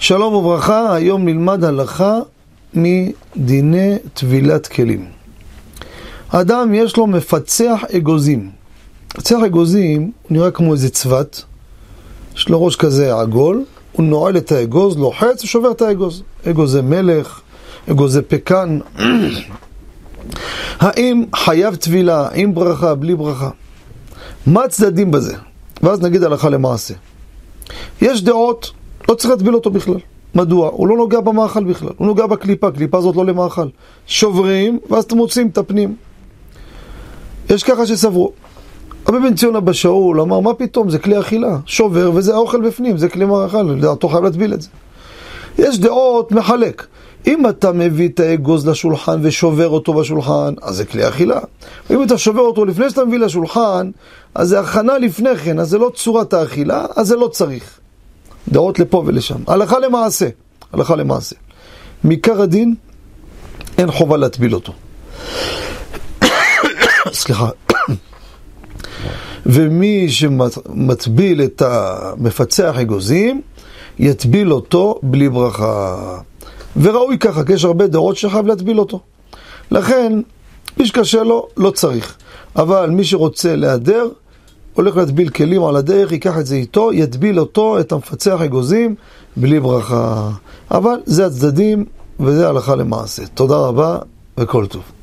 שלום וברכה, היום נלמד הלכה מדיני טבילת כלים. האדם יש לו מפצח אגוזים. מפצח אגוזים נראה כמו איזה צוות, יש לו ראש כזה עגול, הוא נועל את האגוז, לוחץ ושובר את האגוז. אגוזי מלך, אגוזי פקן. האם חייב טבילה, עם ברכה, בלי ברכה? מה הצדדים בזה? ואז נגיד הלכה למעשה. יש דעות, לא צריך להטביל אותו בכלל. מדוע? הוא לא נוגע במאכל בכלל, הוא נוגע בקליפה, קליפה הזאת לא למאכל. שוברים, ואז אתם מוצאים את הפנים. יש ככה שסברו. רבי בן ציון אבא שאול אמר, מה פתאום? זה כלי אכילה. שובר וזה האוכל בפנים, זה כלי מאכל, אתה חייב להטביל את זה. יש דעות מחלק. אם אתה מביא את האגוז לשולחן ושובר אותו בשולחן, אז זה כלי אכילה. אם אתה שובר אותו לפני שאתה מביא לשולחן, אז זה הכנה לפני כן, אז זה לא צורת האכילה, אז זה לא צריך. דעות לפה ולשם. הלכה למעשה. הלכה למעשה. מעיקר הדין, אין חובה להטביל אותו. סליחה. ומי שמטביל את המפצח אגוזים, יטביל אותו בלי ברכה. וראוי ככה, כי יש הרבה דעות שחייב להטביל אותו. לכן, מי שקשה לו, לא צריך. אבל מי שרוצה להיעדר, הולך להטביל כלים על הדרך, ייקח את זה איתו, יטביל אותו, את המפצח אגוזים, בלי ברכה. אבל זה הצדדים, וזה הלכה למעשה. תודה רבה, וכל טוב.